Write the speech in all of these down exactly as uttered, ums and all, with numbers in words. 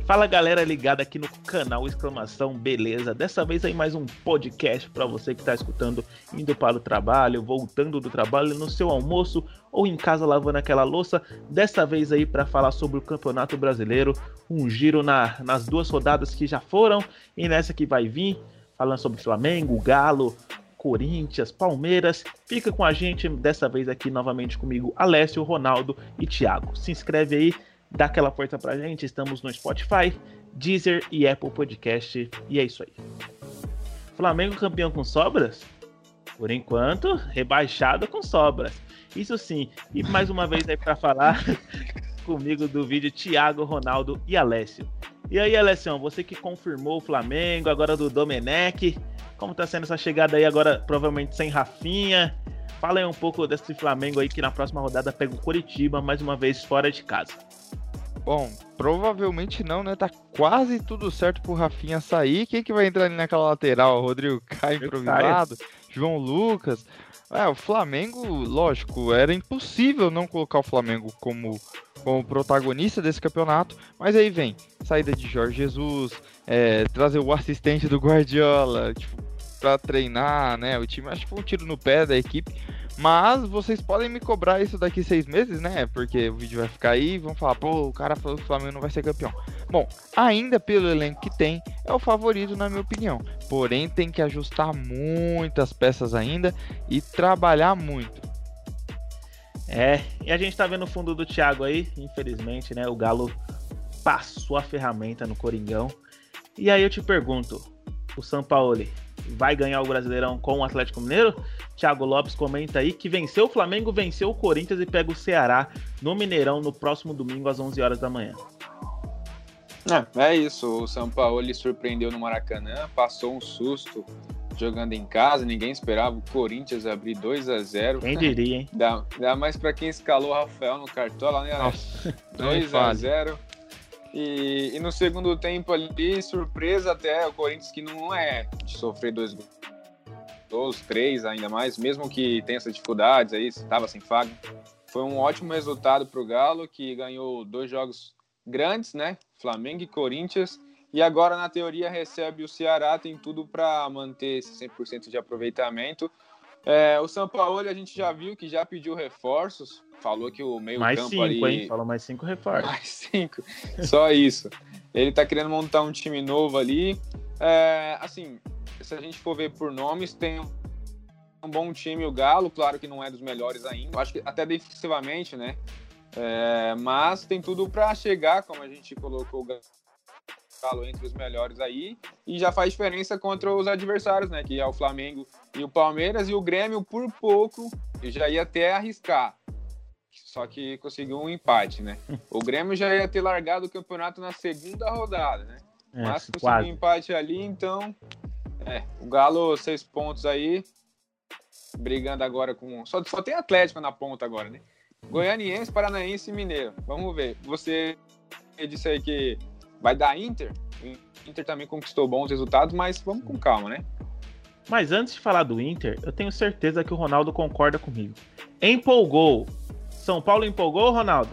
Fala galera ligada aqui no canal Exclamação Beleza, dessa vez aí mais um podcast para você que está escutando indo para o trabalho, voltando do trabalho, no seu almoço ou em casa lavando aquela louça, dessa vez aí para falar sobre o Campeonato Brasileiro, um giro na, nas duas rodadas que já foram e nessa que vai vir, falando sobre Flamengo, Galo, Corinthians, Palmeiras. Fica com a gente dessa vez aqui novamente comigo, Alessio, Ronaldo e Thiago. Se inscreve aí, dá aquela força pra gente, estamos no Spotify, Deezer e Apple Podcast, e é isso aí. Flamengo campeão com sobras? Por enquanto, rebaixado com sobras. Isso sim, e mais uma vez aí pra falar comigo do vídeo, Thiago, Ronaldo e Alessio. E aí, Alessio, você que confirmou o Flamengo, agora do Domenech, como tá sendo essa chegada aí agora, provavelmente sem Rafinha? Fala aí um pouco desse Flamengo aí que na próxima rodada pega o Coritiba, mais uma vez fora de casa. Bom, provavelmente não, né? Tá quase tudo certo pro Rafinha sair. Quem que vai entrar ali naquela lateral? Rodrigo Caio improvisado, João Lucas. É, o Flamengo, lógico, era impossível não colocar o Flamengo como, como protagonista desse campeonato. Mas aí vem saída de Jorge Jesus, é, trazer o assistente do Guardiola, tipo, pra treinar, né? O time, acho que foi um tiro no pé da equipe. Mas vocês podem me cobrar isso daqui seis meses, né? Porque o vídeo vai ficar aí e vão falar, pô, o cara falou que o Flamengo não vai ser campeão. Bom, ainda pelo elenco que tem, é o favorito na minha opinião. Porém, tem que ajustar muitas peças ainda e trabalhar muito. É, e a gente tá vendo o fundo do Thiago aí, infelizmente, né? O Galo passou a ferramenta no Coringão. E aí eu te pergunto, o Sampaoli vai ganhar o Brasileirão com o Atlético Mineiro? Thiago Lopes comenta aí que venceu o Flamengo, venceu o Corinthians e pega o Ceará no Mineirão no próximo domingo às onze horas da manhã. É, é isso, o Sampaoli surpreendeu no Maracanã, passou um susto jogando em casa, ninguém esperava o Corinthians abrir dois a zero. Quem diria, hein? Dá, dá mais pra quem escalou o Rafael no Cartola, né? dois a zero. E, e no segundo tempo ali, surpresa até, o Corinthians que não é de sofrer dois gols, três ainda mais, mesmo que tenha essas dificuldades aí, estava sem Fagner. Foi um ótimo resultado para o Galo, que ganhou dois jogos grandes, né? Flamengo e Corinthians. E agora, na teoria, recebe o Ceará, tem tudo para manter esse cem por cento de aproveitamento. É, o Sampaoli a gente já viu que já pediu reforços, falou que o meio mais campo cinco, ali... hein? Falou mais cinco reforços. Mais cinco, só isso. Ele tá querendo montar um time novo ali. É, assim, se a gente for ver por nomes, tem um bom time o Galo, claro que não é dos melhores ainda, acho que até defensivamente, né? É, mas tem tudo para chegar, como a gente colocou o Galo entre os melhores aí, e já faz diferença contra os adversários, né? Que é o Flamengo e o Palmeiras, e o Grêmio, por pouco, eu já ia até arriscar. Só que conseguiu um empate, né? O Grêmio já ia ter largado o campeonato na segunda rodada, né? É, mas conseguiu quase. um empate ali, então... É, o Galo, seis pontos aí, brigando agora com... Só, só tem Atlético na ponta agora, né? Goianiense, Paranaense e Mineiro. Vamos ver. Você disse aí que vai dar Inter. O Inter também conquistou bons resultados, mas vamos com calma, né? Mas antes de falar do Inter, eu tenho certeza que o Ronaldo concorda comigo. Empolgou. São Paulo empolgou, Ronaldo?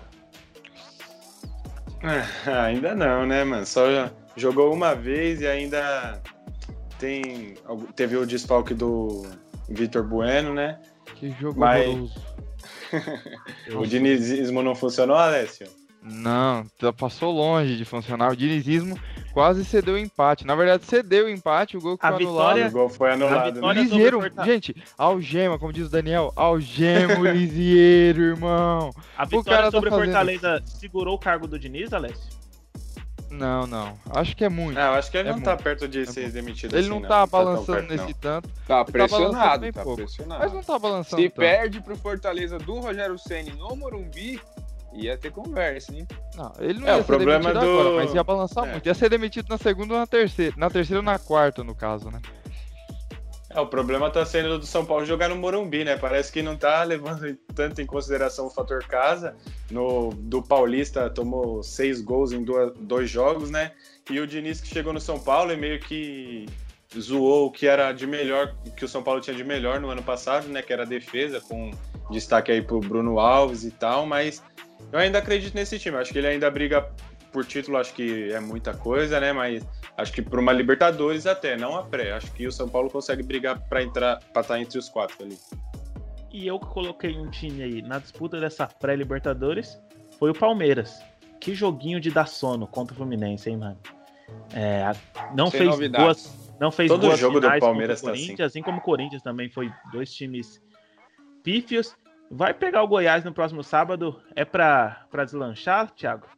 Ah, ainda não, né, mano? Só jogou uma vez e ainda tem, teve o desfalque do Vitor Bueno, né? Que jogo Mas... horroroso. O dinizismo não funcionou, Alessio? Não, passou longe de funcionar. O dinizismo quase cedeu o empate. Na verdade, cedeu o empate, o gol que A foi vitória- anulado. O gol foi anulado, né? Olha sobre Lisieiro, o Forta- gente, algema, como diz o Daniel, algema o Lisieiro, irmão. A O vitória cara tá sobre o fazendo- Fortaleza segurou o cargo do Diniz, Alessio? Não, não, acho que é muito. Ah, eu acho que ele É não tá muito. perto de É ser muito. demitido Ele assim, não não. tá Não tão balançando perto, nesse não. tanto, Tá Ele tá balançando pressionado, bem tá pouco. pressionado. mas não tá balançando Se tanto. perde pro Fortaleza do Rogério Ceni no Morumbi, ia ter conversa, hein? Não, ele não É, ia o ser problema demitido do- agora, mas ia balançar É. muito. Ia ser demitido na segunda ou na terceira. Na terceira ou na quarta, no caso, né? É, o problema tá sendo do São Paulo jogar no Morumbi, né? Parece que não tá levando tanto em consideração o fator casa. No, do Paulista tomou seis gols em duas, dois jogos, né? E o Diniz que chegou no São Paulo e meio que zoou o que era de melhor, que o São Paulo tinha de melhor no ano passado, né? Que era a defesa, com destaque aí pro Bruno Alves e tal, mas eu ainda acredito nesse time. Acho que ele ainda briga por título acho que é muita coisa, né? Mas acho que para uma Libertadores até, não a pré. Acho que o São Paulo consegue brigar para entrar, para estar entre os quatro ali. E eu que coloquei um time aí na disputa dessa pré-Libertadores foi o Palmeiras. Que joguinho de dar sono contra o Fluminense, hein, mano? É, não, fez boas, não fez Todo boas jogo do finais Palmeiras contra o tá Corinthians, assim. assim como o Corinthians também foi dois times pífios. Vai pegar o Goiás no próximo sábado. É pra, pra deslanchar, Thiago?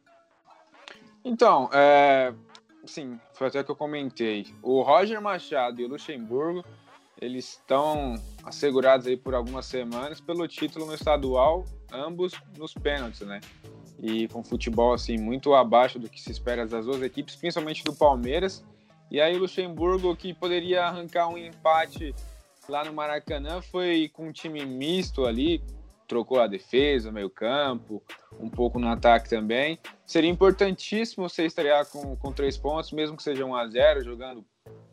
Então, é, sim, foi até que eu comentei. O Roger Machado e o Luxemburgo, eles estão assegurados aí por algumas semanas pelo título no estadual, ambos nos pênaltis, né? E com futebol assim muito abaixo do que se espera das duas equipes, principalmente do Palmeiras. E aí o Luxemburgo, que poderia arrancar um empate lá no Maracanã, foi com um time misto ali, trocou a defesa, o meio-campo, um pouco no ataque também. Seria importantíssimo você estrear com, com três pontos, mesmo que seja um a zero, jogando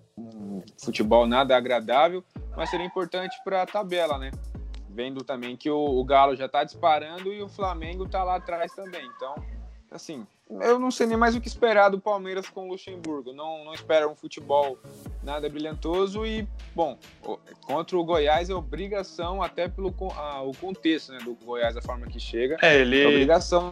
um futebol nada agradável, mas seria importante para a tabela, né? Vendo também que o, o Galo já está disparando e o Flamengo está lá atrás também. Então, assim, eu não sei nem mais o que esperar do Palmeiras com o Luxemburgo. Não, não espero um futebol nada brilhantoso e, bom, contra o Goiás é obrigação, até pelo ah, o contexto, né, do Goiás, a forma que chega. É, ele... É obrigação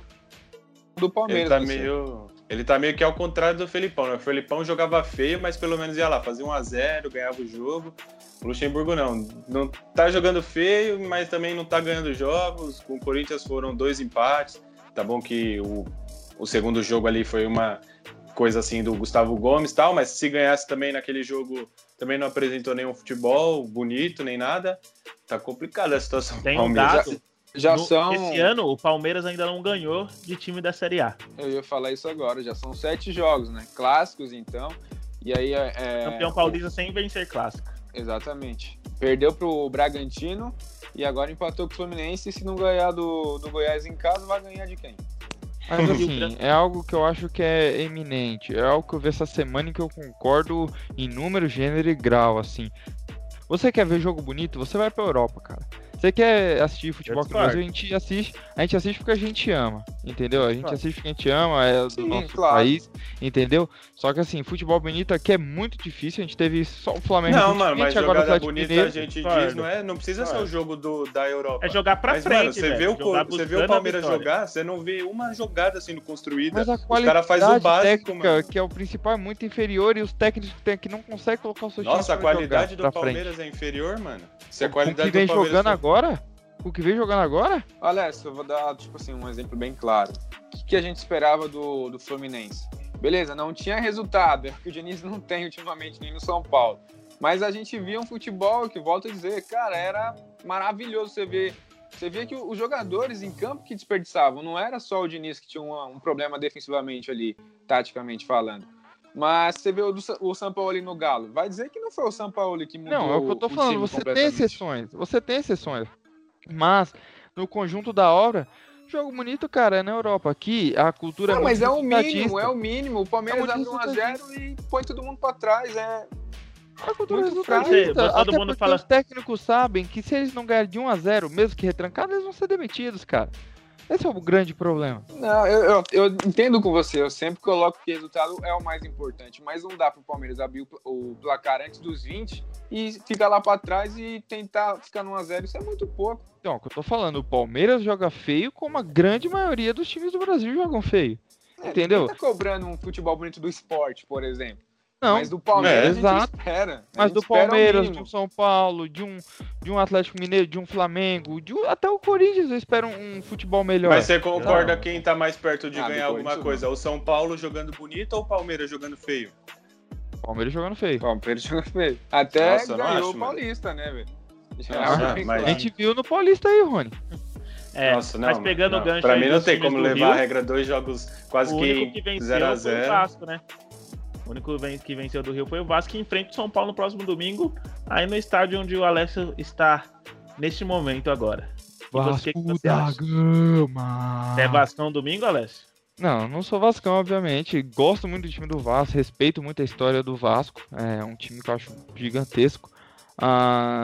do Palmeiras. Ele tá, meio... ele tá meio que ao contrário do Felipão, né? O Felipão jogava feio, mas pelo menos ia lá, fazia um a zero, ganhava o jogo. O Luxemburgo não, não tá jogando feio, mas também não tá ganhando jogos. Com o Corinthians foram dois empates. Tá bom que o, o segundo jogo ali foi uma coisa assim do Gustavo Gomes e tal, mas se ganhasse também naquele jogo, também não apresentou nenhum futebol bonito, nem nada. Tá complicada a situação do Tem um Palmeiras. dado, Já no, são... Esse ano o Palmeiras ainda não ganhou de time da Série A. Eu ia falar isso agora, já são sete jogos, né? Clássicos, então. E aí é... Campeão paulista sem vencer clássico. Exatamente. Perdeu pro Bragantino e agora empatou com o Fluminense. E se não ganhar do, do Goiás em casa, vai ganhar de quem? Mas assim, é algo que eu acho que é eminente. É algo que eu vi essa semana e que eu concordo em número, gênero e grau, assim. Você quer ver jogo bonito? Você vai pra Europa, cara. Você quer assistir futebol aqui no Brasil? A gente assiste, a gente assiste porque a gente ama, entendeu? A gente claro. assiste porque a gente ama, é do Sim, nosso claro. país, entendeu? Só que assim, futebol bonito aqui é muito difícil, a gente teve só o Flamengo. Não, mano, mas agora jogada bonita Mineiro, a gente claro. diz, não é? Não precisa claro. ser o jogo do, da Europa. É jogar pra mas, frente, mano, você vê, o, você vê o Palmeiras jogar, você não vê uma jogada sendo construída. Mas a os caras fazem o básico, técnica, mano. Que é o principal, é muito inferior e os técnicos que não conseguem colocar o seu time. Nossa, a qualidade do Palmeiras frente. é inferior, mano. Se a o qualidade que vem do Palmeiras jogando for... agora? O que vem jogando agora? Olha, eu vou dar tipo assim, um exemplo bem claro. O que, que a gente esperava do, do Fluminense? Beleza, não tinha resultado, é porque o Diniz não tem ultimamente nem no São Paulo. Mas a gente via um futebol que, volto a dizer, cara, era maravilhoso você ver. Você via que os jogadores em campo que desperdiçavam, não era só o Diniz que tinha um, um problema defensivamente ali, taticamente falando. Mas você vê o, do, o São Paulo ali no Galo, vai dizer que não foi o São Paulo que mudou. Não, é o que eu tô falando, você tem exceções, você tem exceções. Mas, no conjunto da obra, jogo bonito, cara, é na Europa. Aqui, a cultura não, é mas é o mínimo, estatista. é o mínimo. O Palmeiras é abre um a zero e põe todo mundo pra trás. É a cultura muito fraca. Todo mundo porque fala... os técnicos sabem que se eles não ganharem de um a zero, mesmo que retrancado, eles vão ser demitidos, cara. Esse é o grande problema. Não, eu, eu, eu entendo com você. Eu sempre coloco que o resultado é o mais importante. Mas não dá pro Palmeiras abrir o, o placar antes dos vinte e ficar lá pra trás e tentar ficar no um a zero. Isso é muito pouco. Então, o que eu tô falando, o Palmeiras joga feio como a grande maioria dos times do Brasil jogam feio. É, entendeu? Ninguém tá cobrando um futebol bonito do esporte, por exemplo. Não, mas do Palmeiras é, a gente exato. espera. A mas do espera Palmeiras, de um São Paulo, de um, de um Atlético Mineiro, de um Flamengo, de um, até o Corinthians eu espero um, um futebol melhor. Mas você concorda não. quem tá mais perto de ah, ganhar alguma coisa? Não. O São Paulo jogando bonito ou o Palmeiras jogando feio? Palmeiras jogando feio. Palmeiras jogando feio. Até Nossa, ganhou acho, o Paulista, mano. né, velho? Ah, mas a gente viu no Paulista aí, Rony. É, Nossa, não, mas pegando não. o gancho pra aí mim não tem como levar Rio, a regra dois jogos quase o que único que venceu zero a zero. Foi o Vasco, né? O único que venceu do Rio foi o Vasco, que enfrenta o São Paulo no próximo domingo, aí no estádio onde o Alessio está neste momento agora. Vasco da Gama. Você é Vascão domingo, Alessio? Não, não sou Vascão, obviamente. Gosto muito do time do Vasco, respeito muito a história do Vasco. É um time que eu acho gigantesco. Ah,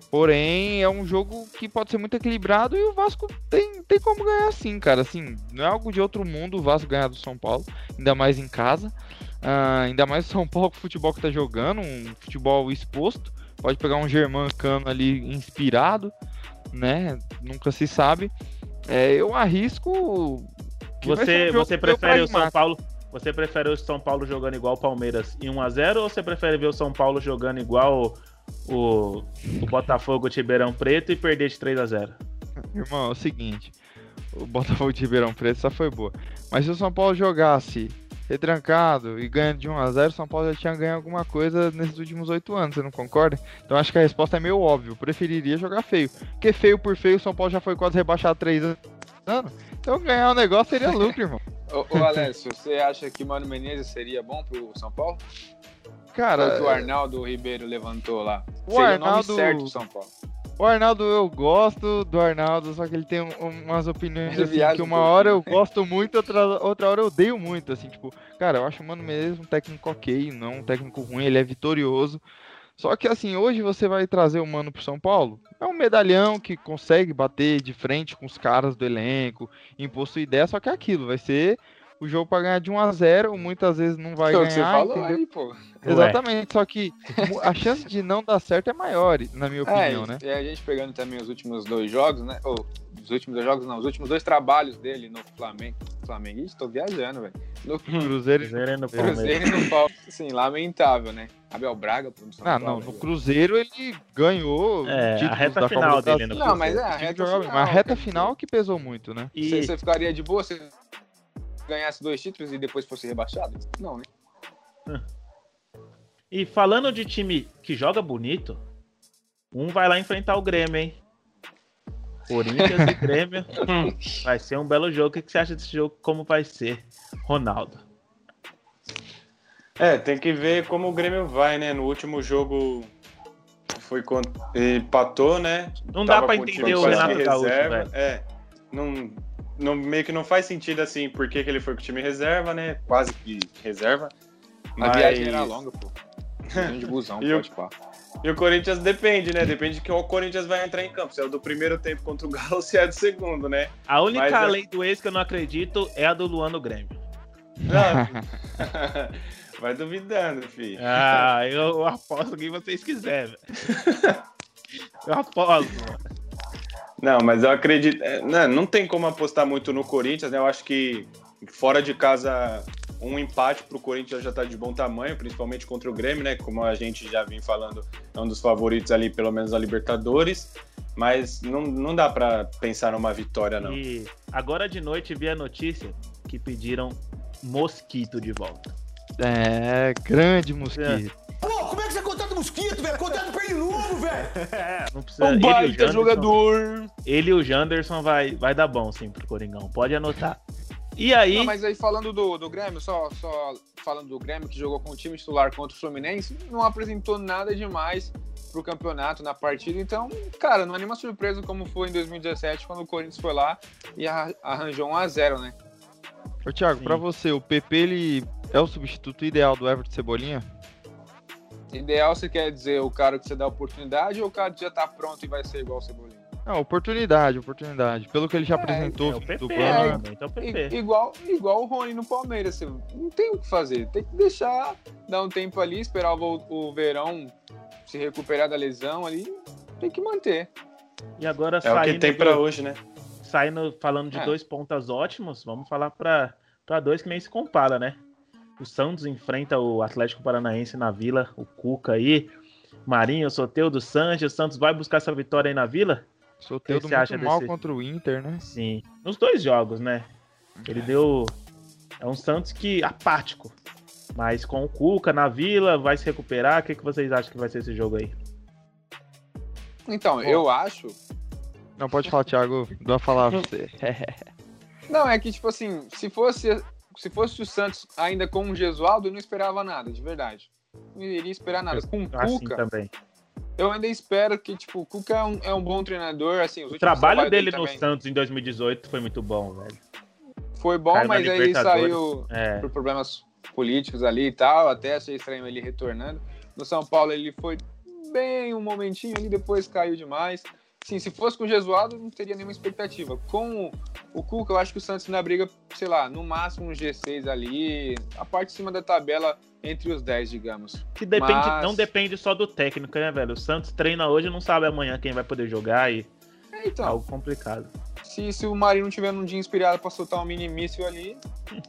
Porém, é um jogo que pode ser muito equilibrado e o Vasco tem, tem como ganhar sim, cara. Assim, não é algo de outro mundo o Vasco ganhar do São Paulo, ainda mais em casa. Uh, ainda mais o São Paulo com o futebol que tá jogando, um futebol exposto. Pode pegar um Germancano ali inspirado, né? Nunca se sabe. É, eu arrisco... Você, um você prefere o São Paulo... Você prefere o São Paulo jogando igual o Palmeiras em um a zero ou você prefere ver o São Paulo jogando igual o, o Botafogo de Ribeirão Preto e perder de três a zero? Irmão, é o seguinte, o Botafogo de Ribeirão Preto só foi boa. Mas se o São Paulo jogasse retrancado e ganhando de um a zero, o São Paulo já tinha ganho alguma coisa nesses últimos oito anos, você não concorda? Então acho que a resposta é meio óbvia, eu preferiria jogar feio. Porque feio por feio, o São Paulo já foi quase rebaixado três anos. Então ganhar o negócio seria lucro, irmão. Ô, ô Alessio, você acha que Mano Menezes seria bom pro São Paulo? Cara, o que o Arnaldo Ribeiro levantou lá. O seria Arnaldo... o nome certo pro São Paulo. O Arnaldo, eu gosto do Arnaldo, só que ele tem um, umas opiniões assim, que uma um hora eu gosto muito, outra, outra hora eu odeio muito, assim, tipo, cara, eu acho o Mano Menezes um técnico ok, não um técnico ruim, ele é vitorioso, só que assim, hoje você vai trazer o Mano pro São Paulo, é um medalhão que consegue bater de frente com os caras do elenco, impor sua ideia, só que é aquilo, vai ser o jogo para ganhar de um a zero, muitas vezes não vai é ganhar, que você falou entendeu? aí, pô. Exatamente, só que a chance de não dar certo é maior, na minha opinião, é, né? E a gente pegando também os últimos dois jogos, né? Ou, os últimos dois jogos não, os últimos dois trabalhos dele no Flamengo. Flamengo, ih, tô viajando, velho. No Cruzeiro, Cruzeiro e no Palmeiras. Cruzeiro e no Palmeiras, assim, lamentável, né? Abel Braga pro São Ah, Paulo. não, no Cruzeiro ele ganhou É, a títulos reta da final Copa do dele Brasil. no Não, mas é a Time reta jogava- final. Mas a reta cara. final que pesou muito, né? E, Você, você ficaria de boa se ganhasse dois títulos e depois fosse rebaixado? Não, né? e falando de time que joga bonito, um vai lá enfrentar o Grêmio, hein? Corinthians e Grêmio. Vai ser um belo jogo. O que que você acha desse jogo? Como vai ser, Ronaldo? É, tem que ver como o Grêmio vai, né? No último jogo foi contra... empatou, né? Não dá Tava pra com entender time o quase Renato que Gaúcho, reserva. velho. É, não, não, meio que não faz sentido assim, porque que ele foi com o time reserva, né? Quase que reserva. A Mas... viagem era longa, pô. Viagem de busão, E o- pode pá. E o Corinthians depende, né? Depende de que o Corinthians vai entrar em campo. Se é o do primeiro tempo contra o Galo ou se é do segundo, né? A única Mas é- lei do ex que eu não acredito é a do Luan no Grêmio. Não. Vai duvidando, filho. Ah, eu aposto o que vocês quiserem, velho. Eu aposto, mano. Não, mas eu acredito. é, Não, não tem como apostar muito no Corinthians, né? Eu acho que fora de casa, um empate pro Corinthians já tá de bom tamanho, principalmente contra o Grêmio, né? Como a gente já vem falando, é um dos favoritos ali, pelo menos na Libertadores. Mas não, não dá pra pensar numa vitória, não. E agora de noite vi a notícia que pediram Mosquito de volta. É, grande mosquito. Pô, como é que você é contrata mosquito, velho? Contrata pernilongo, velho! Não precisa. Um ele e o baita Janderson- jogador! Ele e o Janderson vai, vai dar bom, sim, pro Coringão. Pode anotar. E aí, Não, mas aí falando do, do Grêmio, só, só falando do Grêmio que jogou com o time titular contra o Fluminense, não apresentou nada demais pro campeonato na partida, então, cara, não é nenhuma surpresa como foi em dois mil e dezessete, quando o Corinthians foi lá e arra- arranjou um a zero, né? Ô, Thiago, Sim. pra você, o P P ele é o substituto ideal do Everton Cebolinha? Ideal, você quer dizer o cara que você dá oportunidade ou o cara que já tá pronto e vai ser igual o Cebolinha? Não, oportunidade, oportunidade. Pelo que ele já É, apresentou, é o vindo P do P, banco. é, realmente, é o P I- P. igual, igual o Rony no Palmeiras, você não tem o que fazer, tem que deixar, dar um tempo ali, esperar o, o Verão se recuperar da lesão ali, tem que manter. E agora É o saindo, que tem do- pra hoje, né? saindo falando de É. dois pontas ótimos, vamos falar pra, pra dois que nem se compara, né? O Santos enfrenta o Atlético Paranaense na Vila, o Cuca aí, Marinho, Soteldo, Sanches, o Santos vai buscar essa vitória aí na Vila? Soteldo O que você muito acha mal desse- contra o Inter, né? Sim, nos dois jogos, né? Ele deu. É um Santos que apático. Mas com o Cuca na Vila, vai se recuperar. O que, que vocês acham que vai ser esse jogo aí? Então, eu acho... Não, pode falar, Thiago. Dá a falar pra você. Não, é que, tipo assim, se fosse, se fosse o Santos ainda com o Gesualdo, eu não esperava nada, de verdade. Não iria esperar nada. Com o Assim Cuca, também. eu ainda espero que, tipo, o Cuca é um, é um bom treinador, assim... Os O últimos trabalho trabalhos dele no também Santos em dois mil e dezoito foi muito bom, velho. foi bom, Caiu na mas aí Libertadores. saiu... É, por problemas políticos ali e tal, até achei estranho ele retornando. No São Paulo ele foi bem um momentinho ali, depois caiu demais. Sim, se fosse com o Gesualdo, não teria nenhuma expectativa. Com o Cuca, eu acho que o Santos na briga, sei lá, no máximo um G seis ali, a parte de cima da tabela entre os dez, digamos. Que depende, Mas... não depende só do técnico, né, velho? O Santos treina hoje e não sabe amanhã quem vai poder jogar e é, então, é algo complicado. Se, se o Marinho não tiver num dia inspirado pra soltar um mini míssil ali...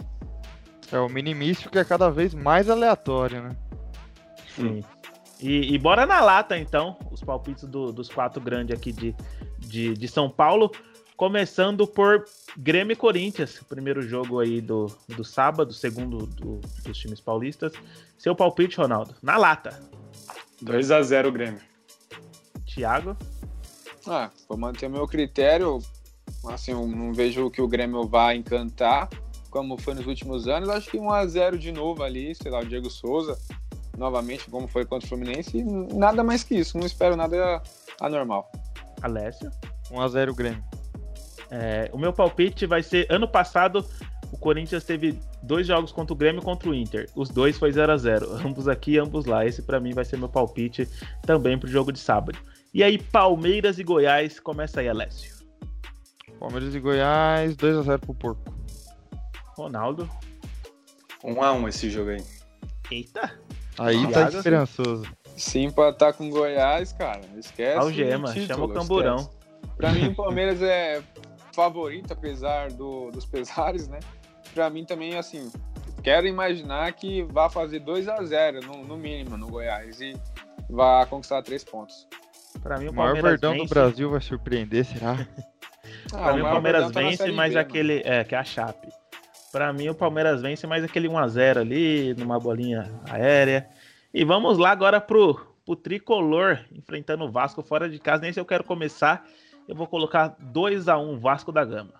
É o mini míssil que é cada vez mais aleatório, né? Sim. E, e bora na lata, então, os palpites do, dos quatro grandes aqui de, de, de São Paulo. Começando por Grêmio e Corinthians, primeiro jogo aí do, do sábado, segundo do, dos times paulistas. Seu palpite, Ronaldo, na lata. dois a zero Grêmio. Thiago? Ah, vou manter meu critério. Assim, eu não vejo que o Grêmio vá encantar, como foi nos últimos anos. Acho que um a zero de novo ali, sei lá, o Diego Souza, novamente, como foi contra o Fluminense. E nada mais que isso, não espero nada anormal. Alessio? um a zero Grêmio. É, o meu palpite vai ser, ano passado, o Corinthians teve dois jogos contra o Grêmio e contra o Inter. Os dois foi zero a zero, ambos aqui, ambos lá. Esse pra mim vai ser meu palpite também pro jogo de sábado. E aí, Palmeiras e Goiás, começa aí, Alessio. Palmeiras e Goiás, dois a zero pro Porco. Ronaldo? um a um esse jogo aí. Eita! Aí Thiago? tá esperançoso. Se empatar com o Goiás, cara, esquece. Algema, o título, chama o camburão. Esquece. Pra mim, o Palmeiras é favorito, apesar do, dos pesares, né? Pra mim também, assim, quero imaginar que vá fazer dois a zero, no, no mínimo, no Goiás, e vá conquistar três pontos. Pra mim, o O maior Palmeiras verdão vence. do Brasil vai surpreender, será? Ah, Pra mim, o maior Palmeiras verdão tá na vence, Série mas B, aquele... É, que é a Chape. Pra mim, o Palmeiras vence, mas aquele um a zero ali, numa bolinha aérea. E vamos lá agora pro, pro Tricolor, enfrentando o Vasco fora de casa. Nem se eu quero começar, eu vou colocar dois a um Vasco da Gama.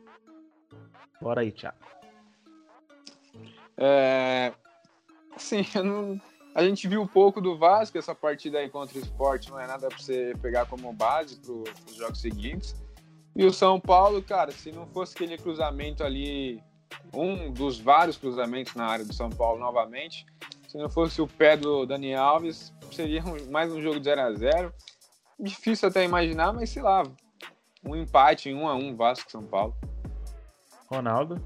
Bora aí, Thiago. É... Assim, eu não... a gente viu um pouco do Vasco, essa partida aí contra o Sport não é nada pra você pegar como base pro, pros jogos seguintes. E o São Paulo, cara, se não fosse aquele cruzamento ali, um dos vários cruzamentos na área do São Paulo novamente, se não fosse o pé do Dani Alves, seria um, mais um jogo de zero a zero. Difícil até imaginar, mas sei lá, um empate em um a um Vasco São Paulo. Ronaldo?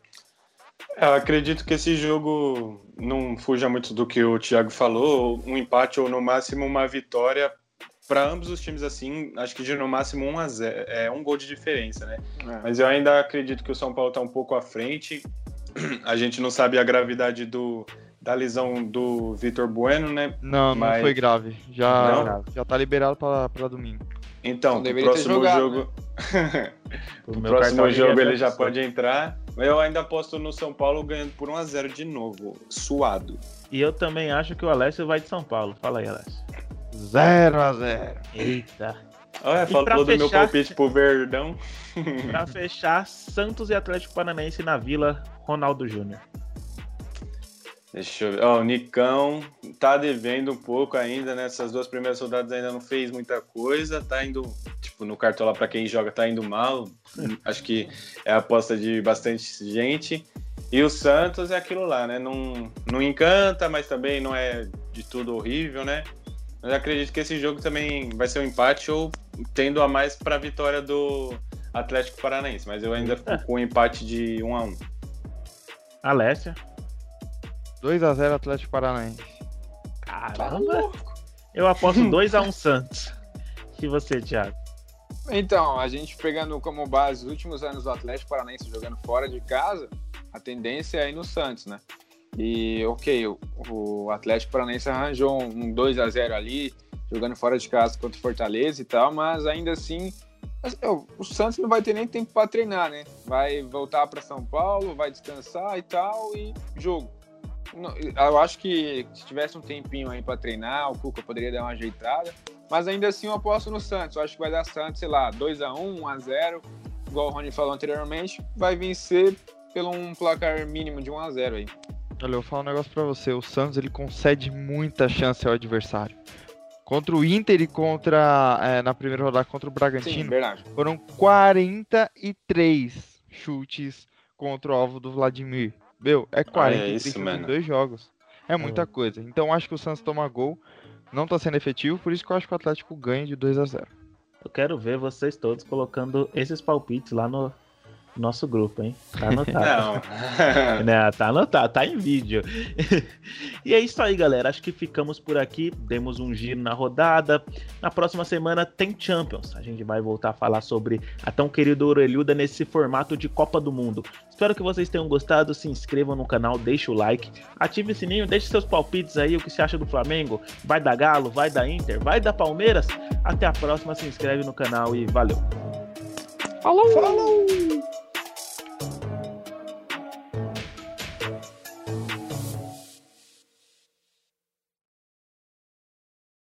Eu acredito que esse jogo não fuja muito do que o Thiago falou, um empate ou no máximo uma vitória para ambos os times, assim, acho que de no máximo um a zero, é um gol de diferença, né? É. Mas eu ainda acredito que o São Paulo está um pouco à frente. A gente não sabe a gravidade do, da lesão do Vitor Bueno, né? Não, Mas... não foi grave. Já, não? já tá liberado para domingo. Então, então o próximo jogado, jogo, né? o próximo jogo ele já pode entrar. Eu ainda aposto no São Paulo ganhando por um a zero de novo, suado. E eu também acho que o Alessio vai de São Paulo. Fala aí, Alessio. zero a zero. Eita. Olha, falou do fechar... meu palpite pro Verdão. Pra fechar, Santos e Atlético Paranaense na Vila, Ronaldo Júnior. Deixa eu ver. Ó, o Nicão tá devendo um pouco ainda, né? Essas duas primeiras rodadas ainda não fez muita coisa. Tá indo, tipo, no cartola pra quem joga, tá indo mal. Acho que é a aposta de bastante gente. E o Santos é aquilo lá, né? Não, não encanta, mas também não é de tudo horrível, né? Mas acredito que esse jogo também vai ser um empate ou tendo a mais pra vitória do Atlético Paranaense. Mas eu ainda fico com um empate de um a um. Alessio. dois a zero Atlético Paranaense. Caramba! Eu aposto dois a um Santos. E você, Thiago? Então, a gente pegando como base os últimos anos do Atlético Paranaense jogando fora de casa, a tendência é ir no Santos, né? E, ok, o, o Atlético Paranaense arranjou um dois a zero ali, jogando fora de casa contra o Fortaleza e tal, mas ainda assim, o Santos não vai ter nem tempo para treinar, né? Vai voltar para São Paulo, vai descansar e tal, e jogo. Eu acho que se tivesse um tempinho aí para treinar, o Cuca poderia dar uma ajeitada, mas ainda assim eu aposto no Santos. Eu acho que vai dar Santos, sei lá, dois a um, um a zero, igual o Rony falou anteriormente, vai vencer pelo um placar mínimo de um a zero aí. Olha, eu vou falar um negócio pra você, o Santos ele concede muita chance ao adversário. Contra o Inter e contra, é, na primeira rodada contra o Bragantino, Sim, verdade. Foram quarenta e três chutes contra o alvo do Vladimir. Meu, é quarenta e três ah, é isso, em mano. dois jogos. É muita é. coisa. Então acho que o Santos toma gol. não tá sendo efetivo, por isso que eu acho que o Atlético ganha de dois a zero. Eu quero ver vocês todos colocando esses palpites lá no nosso grupo, hein? Tá anotado. Não. Não, tá anotado, tá em vídeo. E é isso aí, galera. Acho que ficamos por aqui. Demos um giro na rodada. Na próxima semana tem Champions. A gente vai voltar a falar sobre a tão querida orelhuda nesse formato de Copa do Mundo. Espero que vocês tenham gostado. Se inscrevam no canal, deixe o like, ative o sininho, deixe seus palpites aí. O que você acha do Flamengo? Vai dar Galo? Vai dar Inter? Vai dar Palmeiras? Até a próxima. Se inscreve no canal e valeu. Falou! Falou!